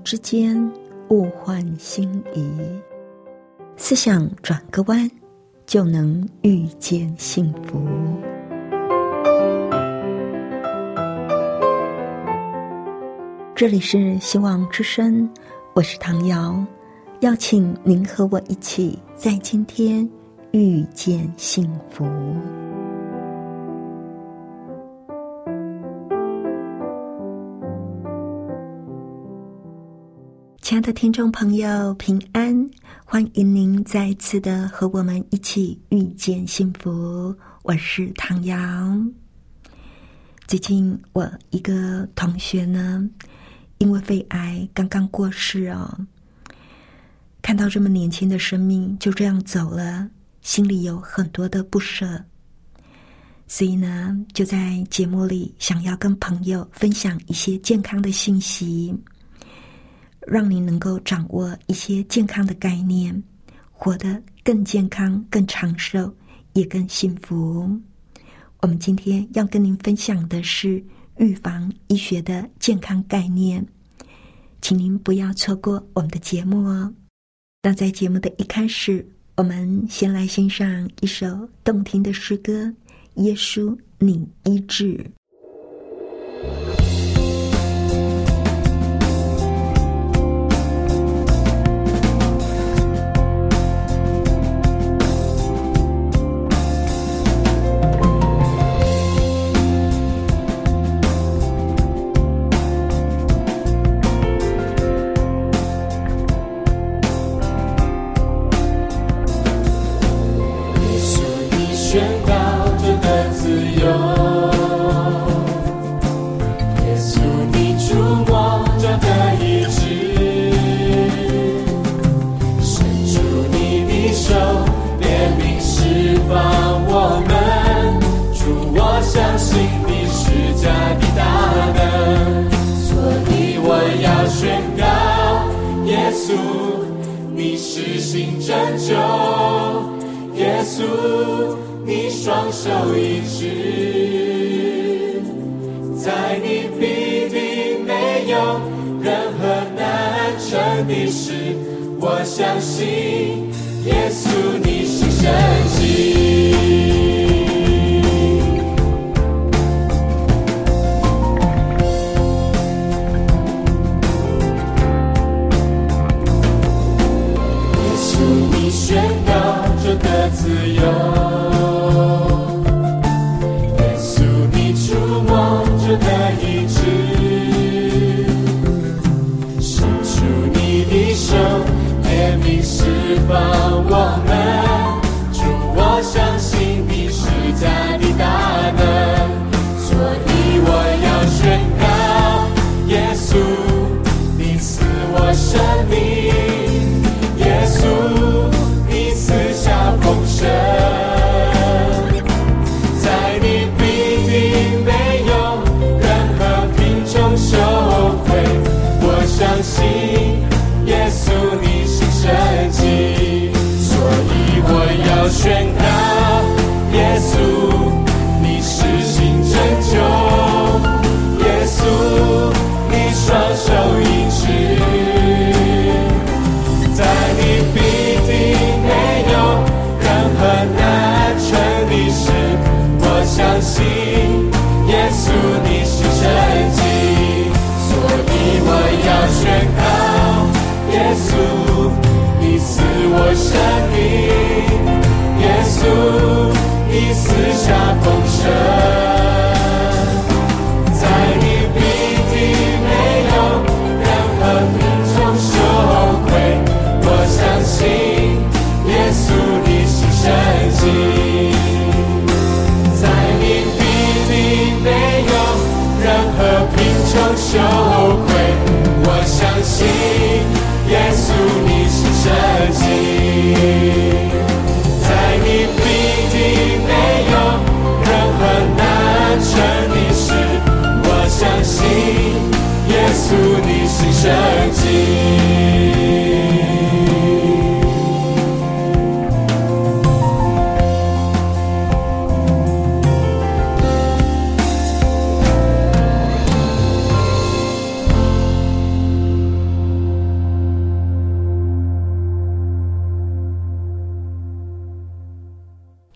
之间，物换星移，思想转个弯，就能遇见幸福。这里是希望之声，我是唐瑶，邀请您和我一起在今天遇见幸福。亲爱的听众朋友，平安，欢迎您再次的和我们一起遇见幸福。我是唐瑶。最近我一个同学呢，因为肺癌刚刚过世哦，看到这么年轻的生命就这样走了，心里有很多的不舍，所以呢，就在节目里想要跟朋友分享一些健康的信息，让你能够掌握一些健康的概念，活得更健康、更长寿，也更幸福。我们今天要跟您分享的是预防医学的健康概念，请您不要错过我们的节目哦。那在节目的一开始，我们先来欣赏一首动听的诗歌《耶稣，你医治》。 你是新拯救，耶稣，你双手医治，在你必定没有任何难成的事，我相信耶稣你是神迹。宣告这个自由，耶稣你触摸这个医治，伸出你的手，怜悯释放我们，主我相信你是家的大能，所以我要宣告，耶稣你赐我生命，耶稣赐下丰盛，在你必定没有任何贫穷羞愧，我相信耶稣你是神迹，所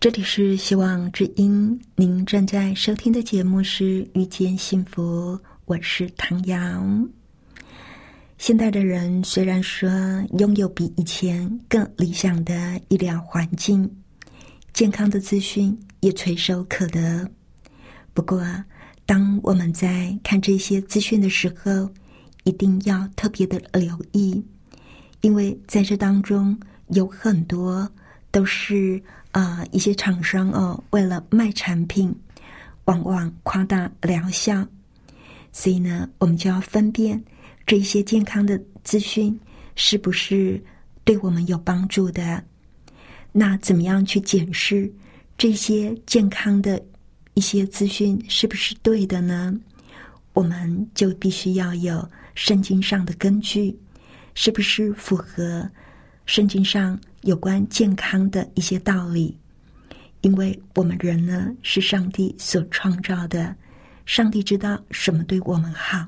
这里是希望之音，您正在收听的节目是遇见幸福，我是唐瑶。现代的人虽然说拥有比以前更理想的医疗环境，健康的资讯也垂手可得，不过当我们在看这些资讯的时候，一定要特别的留意，因为在这当中有很多都是一些厂商为了卖产品，往往夸大疗效，所以呢，我们就要分辨这一些健康的资讯是不是对我们有帮助的。那怎么样去检视这些健康的一些资讯是不是对的呢？我们就必须要有圣经上的根据，是不是符合圣经上有关健康的一些道理。因为我们人呢是上帝所创造的，上帝知道什么对我们好。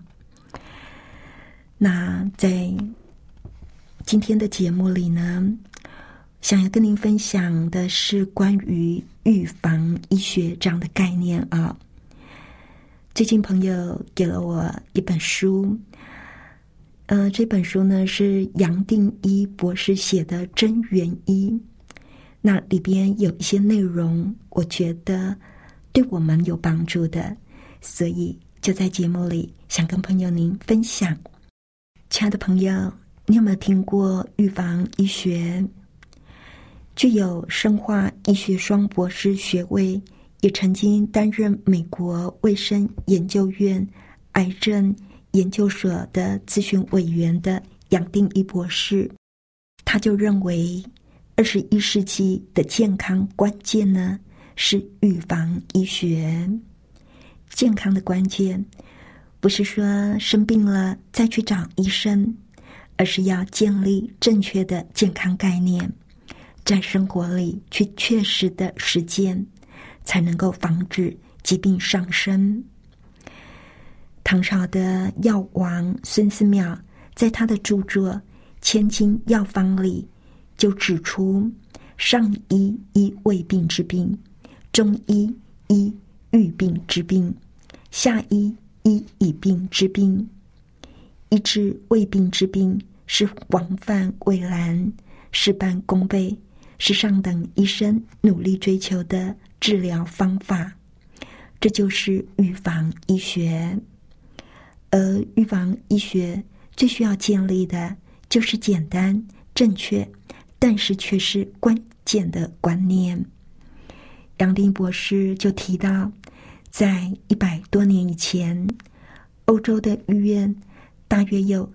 那在今天的节目里呢，想要跟您分享的是关于预防医学这样的概念啊。最近朋友给了我一本书，这本书呢是杨定一博士写的《真元医》，那里边有一些内容我觉得对我们有帮助的，所以就在节目里想跟朋友您分享。亲爱的朋友，你有没有听过预防医学？具有生化医学双博士学位，也曾经担任美国卫生研究院癌症研究所的咨询委员的杨定一博士，他就认为21世纪的健康关键呢是预防医学。健康的关键不是说生病了再去找医生，而是要建立正确的健康概念，在生活里去确实的实践，才能够防止疾病上升。唐朝的药王孙思邈在他的著作《千金药方》里就指出，上医医未病之病，中医医预病之病，下医医已病之病。医治未病之病是王范蔚然，事半功倍，是上等医生努力追求的治疗方法。这就是预防医学。而预防医学最需要建立的就是简单正确，但是却是关键的观念。杨定博士就提到，在100多年以前，欧洲的医院大约有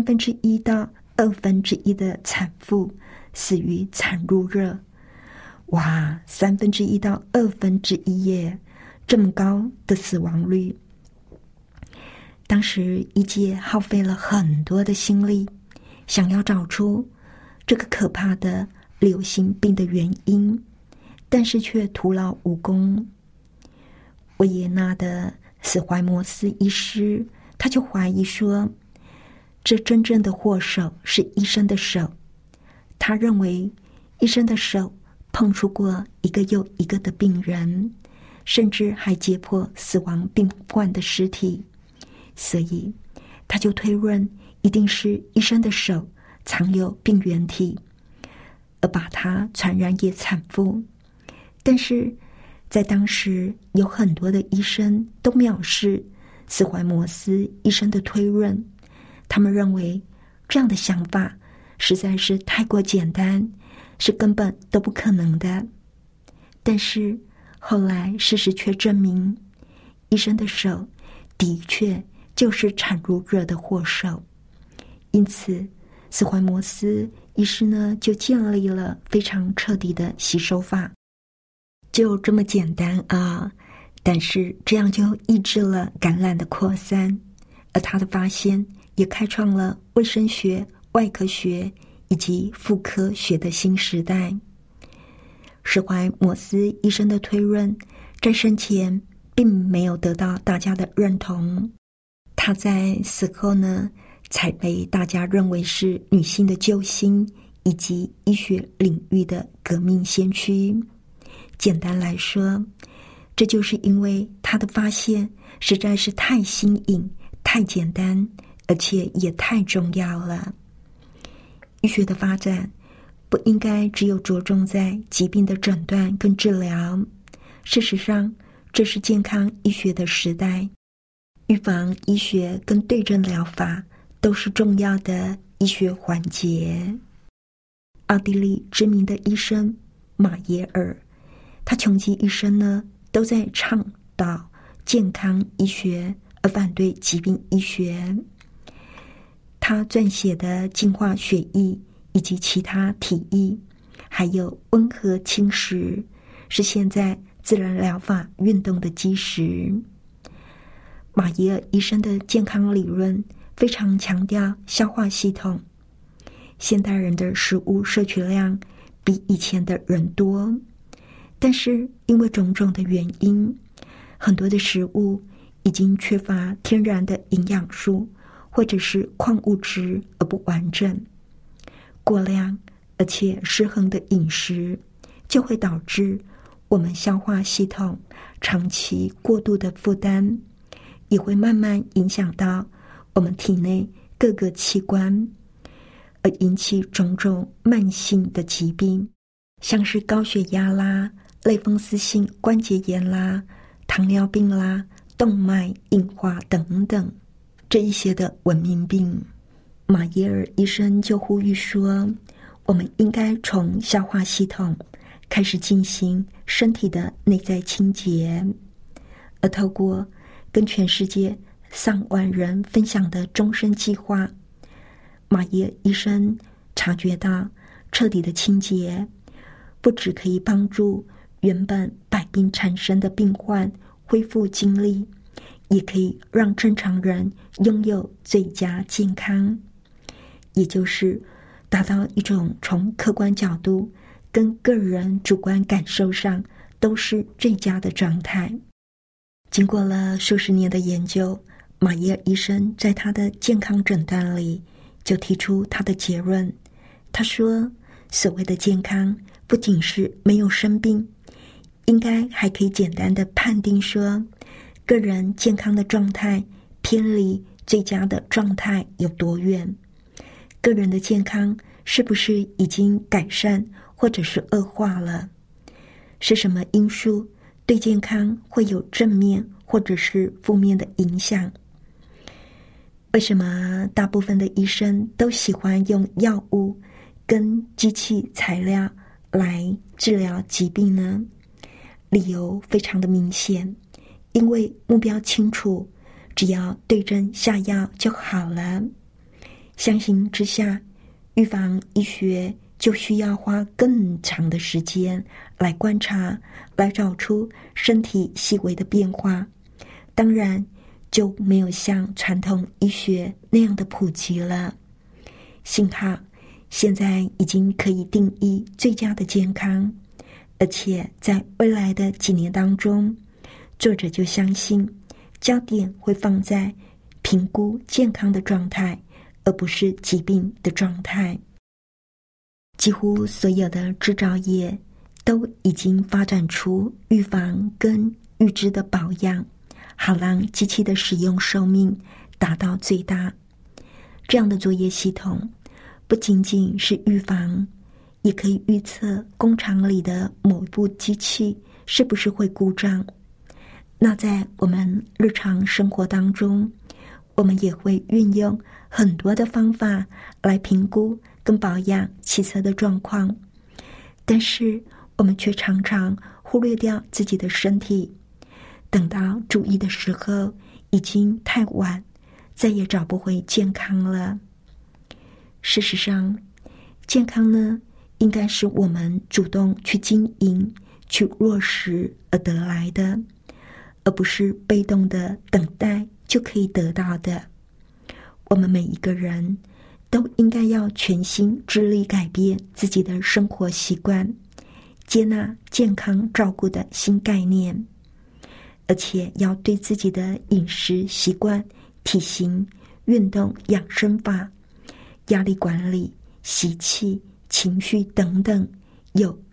1/3到1/2的产妇死于产褥热。哇，1/3到1/2耶，这么高的死亡率。当时医界耗费了很多的心力，想要找出这个可怕的流行病的原因，但是却徒劳无功。维也纳的史怀摩斯医师，他就怀疑说，这真正的祸首是医生的手。他认为医生的手碰触过一个又一个的病人，甚至还解剖死亡病患的尸体，所以他就推论一定是医生的手藏有病原体，而把它传染给产妇。但是在当时有很多的医生都藐视史怀摩斯医生的推论，他们认为这样的想法实在是太过简单，是根本都不可能的。但是后来事实却证明，医生的手的确就是产褥热的祸首。因此史怀摩斯医师呢就建立了非常彻底的洗手法，就这么简单啊！但是这样就抑制了感染的扩散，而他的发现也开创了卫生学、外科学以及妇科学的新时代。史怀摩斯医生的推论在生前并没有得到大家的认同，他在死后呢才被大家认为是女性的救星以及医学领域的革命先驱。 简单来说，这就是因为它的发现实在是太新颖、太简单，而且也太重要了。医学的发展不应该只有着重在疾病的诊断跟治疗，事实上，这是健康医学的时代。预防医学跟对症疗法都是重要的医学环节。奥地利知名的医生马耶尔，他穷其一生呢，都在倡导健康医学，而反对疾病医学。他撰写的《净化血液》以及其他体液，还有温和轻食，是现在自然疗法运动的基石。马耶尔医生的健康理论非常强调消化系统。现代人的食物摄取量比以前的人多，但是因为种种的原因，很多的食物已经缺乏天然的营养素或者是矿物质而不完整。过量而且失衡的饮食就会导致我们消化系统长期过度的负担，也会慢慢影响到我们体内各个器官，而引起种种慢性的疾病，像是高血压啦、类风湿性关节炎啦、糖尿病啦、动脉硬化等等这一些的文明病。马耶尔医生就呼吁说，我们应该从消化系统开始进行身体的内在清洁，而透过跟全世界上万人分享的终身计划，马耶尔医生察觉到，彻底的清洁不只可以帮助原本百病缠身的病患恢复精力，也可以让正常人拥有最佳健康，也就是达到一种从客观角度跟个人主观感受上都是最佳的状态。经过了数十年的研究，马耶尔医生在他的健康诊断里就提出他的结论。他说，所谓的健康不仅是没有生病，应该还可以简单的判定说，个人健康的状态偏离最佳的状态有多远，个人的健康是不是已经改善或者是恶化了，是什么因素对健康会有正面或者是负面的影响。为什么大部分的医生都喜欢用药物跟机器材料来治疗疾病呢？理由非常的明显，因为目标清楚，只要对症下药就好了。相形之下，预防医学就需要花更长的时间来观察，来找出身体细微的变化，当然就没有像传统医学那样的普及了。幸好现在已经可以定义最佳的健康，而且在未来的几年当中，作者就相信焦点会放在评估健康的状态，而不是疾病的状态。几乎所有的制造业都已经发展出预防跟预知的保养，好让机器的使用寿命达到最大。这样的作业系统不仅仅是预防，也可以预测工厂里的某一部机器是不是会故障。那在我们日常生活当中，我们也会运用很多的方法来评估跟保养汽车的状况，但是我们却常常忽略掉自己的身体，等到注意的时候已经太晚，再也找不回健康了。事实上，健康呢，应该是我们主动去经营、去落实而得来的，而不是被动的等待就可以得到的。我们每一个人都应该要全心致力改变自己的生活习惯，接纳健康照顾的新概念，而且要对自己的饮食习惯、体型、运动、养生法、压力管理、习气、情绪等等有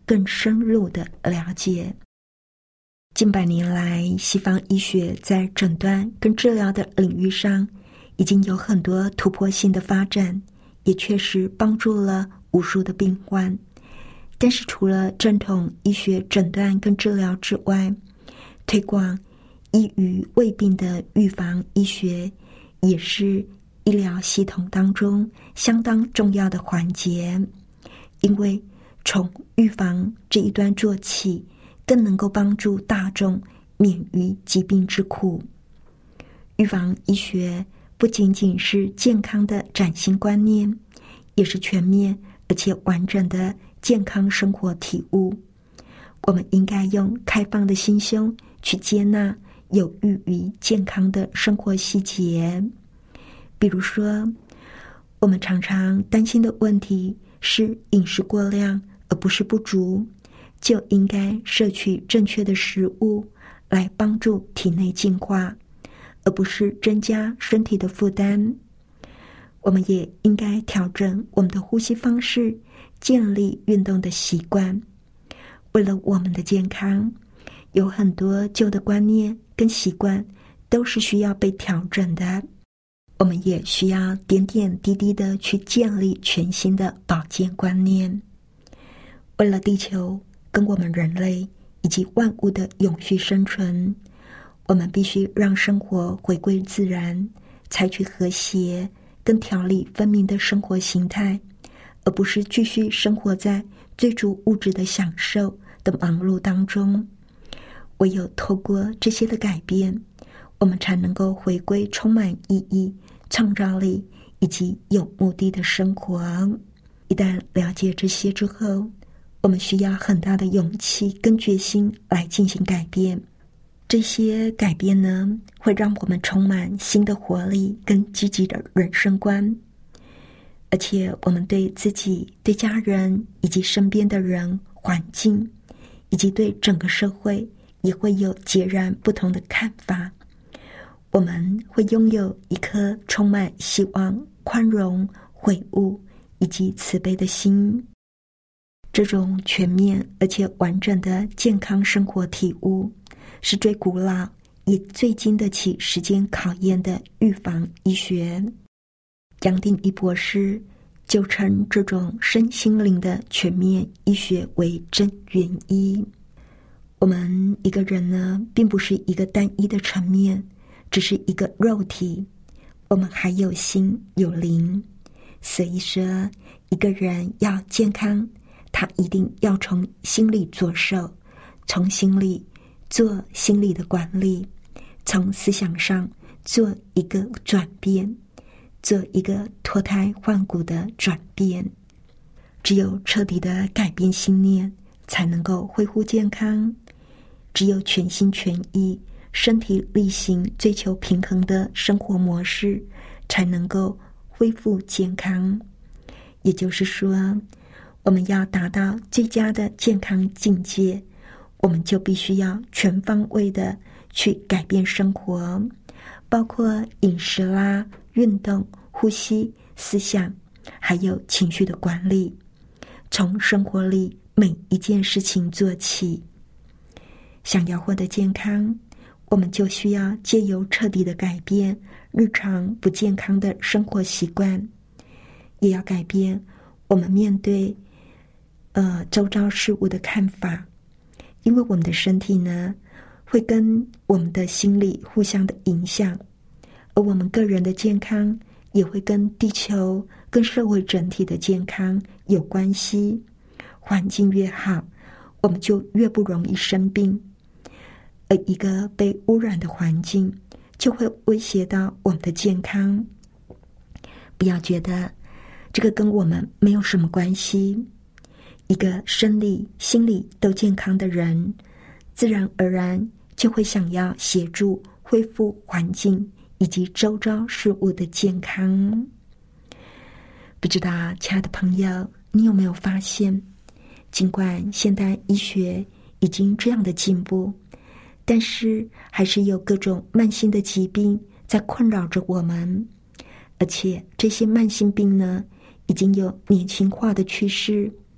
更深入的了解。近百年来，西方医学在诊断跟治疗的领域上已经有很多突破性的发展，也确实帮助了无数的病患。但是除了正统医学诊断跟治疗之外，推广易于胃病的预防医学也是医疗系统当中相当重要的环节，因为从预防这一端做起，更能够帮助大众免于疾病之苦。预防医学不仅仅是健康的崭新观念，也是全面而且完整的健康生活体悟。我们应该用开放的心胸去接纳有益于健康的生活细节。比如说，我们常常担心的问题是饮食过量而不是不足，就应该摄取正确的食物来帮助体内净化，而不是增加身体的负担。我们也应该调整我们的呼吸方式，建立运动的习惯。为了我们的健康，有很多旧的观念跟习惯都是需要被调整的。我们也需要点点滴滴的去建立全新的保健观念。为了地球跟我们人类以及万物的永续生存，我们必须让生活回归自然，采取和谐跟条理分明的生活形态，而不是继续生活在追逐物质的享受的忙碌当中。唯有透过这些的改变，我们才能够回归充满意义、创造力以及有目的的生活。一旦了解这些之后，我们需要很大的勇气跟决心来进行改变。这些改变呢，会让我们充满新的活力跟积极的人生观，而且我们对自己、对家人以及身边的人、环境，以及对整个社会也会有截然不同的看法。我们会拥有一颗充满希望、宽容、悔悟以及慈悲的心。这种全面而且完整的健康生活体悟，是最古老也最经得起时间考验的预防医学。杨定一博士就称这种身心灵的全面医学为真元医。我们一个人呢，并不是一个单一的层面，只是一个肉体，我们还有心有灵。所以说，一个人要健康，他一定要从心里着手，从心里做心理的管理，从思想上做一个转变，做一个脱胎换骨的转变。只有彻底的改变心念，才能够恢复健康。只有全心全意、身体力行追求平衡的生活模式，才能够恢复健康。也就是说，我们要达到最佳的健康境界，我们就必须要全方位的去改变生活，包括饮食啦、运动、呼吸、思想，还有情绪的管理，从生活里每一件事情做起。想要获得健康，我们就需要借由彻底的改变日常不健康的生活习惯，也要改变我们面对周遭事物的看法。因为我们的身体呢，会跟我们的心理互相的影响，而我们个人的健康也会跟地球、跟社会整体的健康有关系。环境越好，我们就越不容易生病，而一个被污染的环境就会威胁到我们的健康。不要觉得这个跟我们没有什么关系。一个生理、心理都健康的人，自然而然就会想要协助恢复环境以及周遭事物的健康。不知道亲爱的朋友，你有没有发现，尽管现代医学已经这样的进步，但是还是有各种慢性的疾病在困扰着我们，而且这些慢性病呢，已经有年轻化的趋势。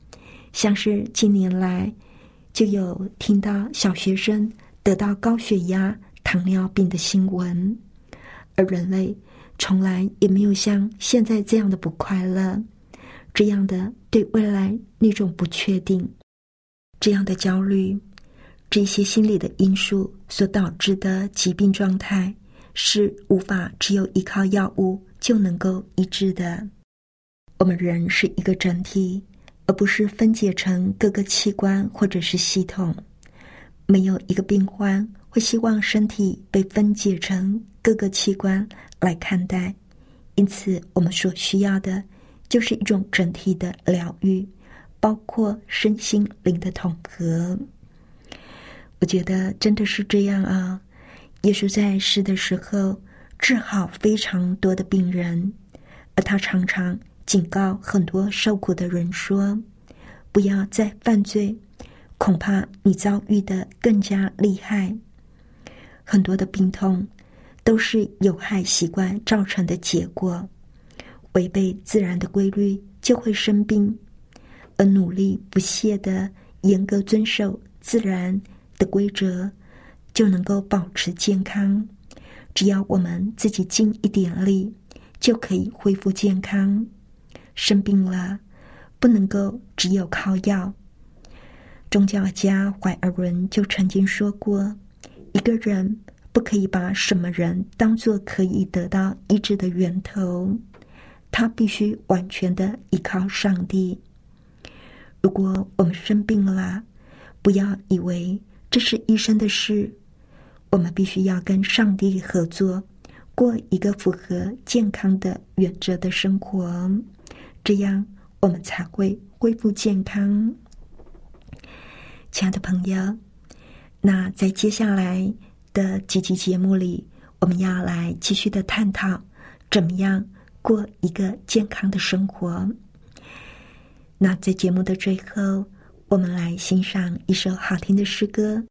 像是近年来就有听到小学生得到高血压、糖尿病的新闻，而人类从来也没有像现在这样的不快乐，这样的对未来那种不确定，这样的焦虑，这些心理的因素所导致的疾病状态，是无法只有依靠药物就能够医治的。我们人是一个整体，而不是分解成各个器官或者是系统。没有一个病患会希望身体被分解成各个器官来看待，因此我们所需要的就是一种整体的疗愈，包括身心灵的统合。我觉得真的是这样啊！耶稣在世的时候治好非常多的病人，而他常常警告很多受苦的人说，不要再犯罪，恐怕你遭遇的更加厉害。很多的病痛都是有害习惯造成的结果，违背自然的规律就会生病，而努力不懈地严格遵守自然的规则，就能够保持健康。只要我们自己尽一点力，就可以恢复健康。生病了，不能够只有靠药。宗教家怀尔伦就曾经说过，一个人不可以把什么人当作可以得到医治的源头，他必须完全的依靠上帝。如果我们生病了，不要以为这是医生的事，我们必须要跟上帝合作，过一个符合健康的原则的生活，这样我们才会恢复健康。亲爱的朋友，那在接下来的几集节目里，我们要来继续的探讨怎么样过一个健康的生活。那在节目的最后，我们来欣赏一首好听的诗歌。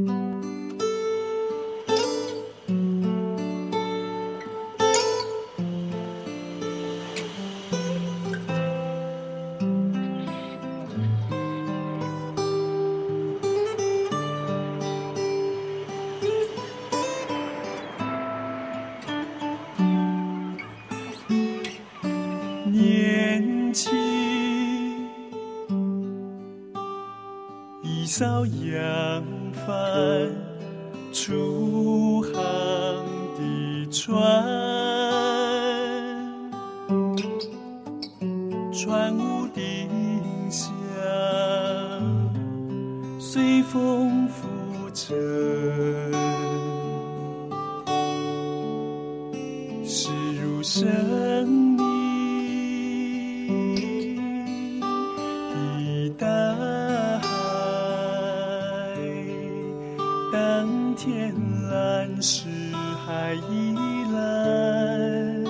年轻一艘扬帆出航的船，船屋顶响，随风浮沉，驶入生命的大海，当天蓝是海一蓝，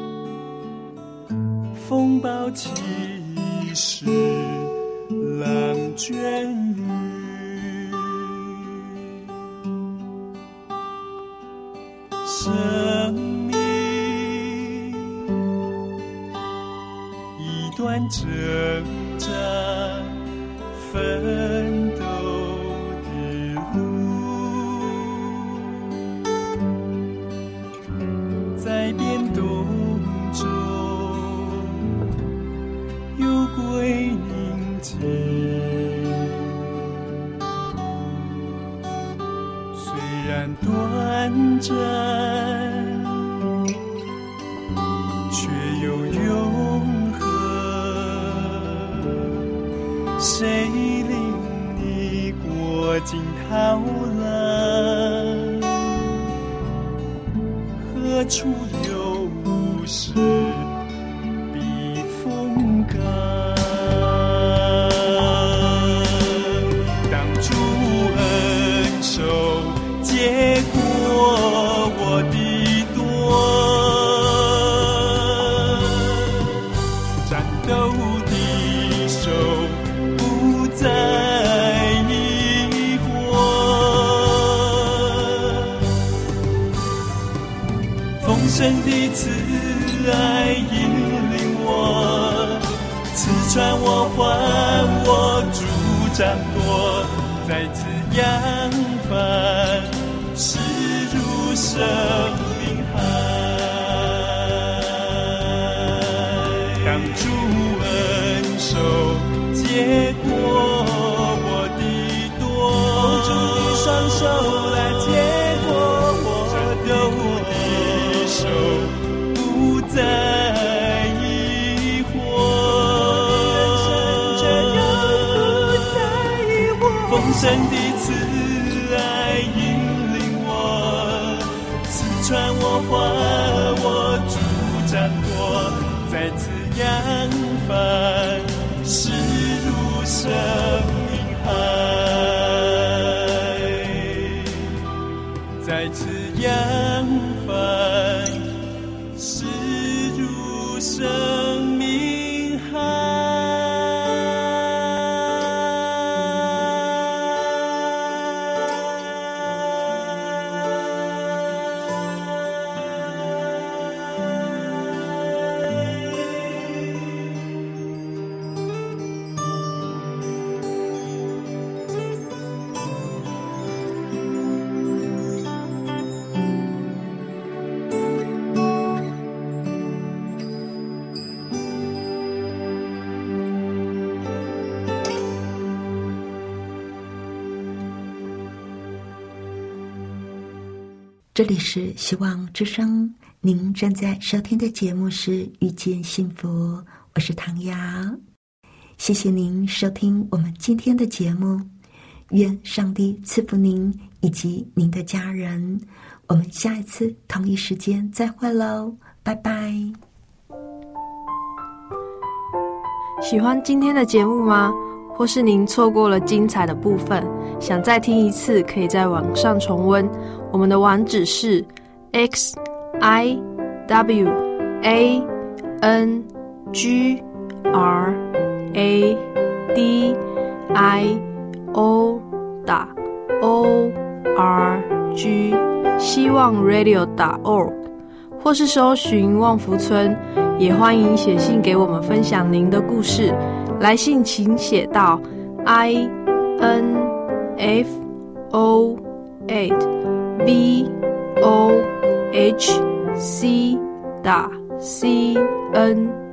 风暴起时浪卷雨，生命一段挣扎奋斗的路，在变动中有归宁静，虽然短暂，却有永恒。谁领你过尽涛浪？何处有无事避风港？当主恩手接过我的舵，战斗的手不再疑惑，丰盛的慈爱引领我， 刺穿我，还我主掌舵，再次扬帆，驶入生命海。当主恩手接过我的舵，主的双手来接过我的手，不再疑惑，丰盛的慈爱引领我，刺穿我，还我主掌舵，再次扬帆，驶入生命海，再次扬帆，驶入生命海。 这里是希望之声，您正在收听的节目是遇见幸福，我是唐瑶。谢谢您收听我们今天的节目，愿上帝赐福您以及您的家人。我们下一次同一时间再会喽，拜拜。 喜欢今天的节目吗？或是您错过了精彩的部分，想再听一次，可以在网上重温。我们的网址是 xiwangradio.org， 希望 radio.org， 或是搜寻旺福村，也欢迎写信给我们分享您的故事。来信请写到 info@vohc.cn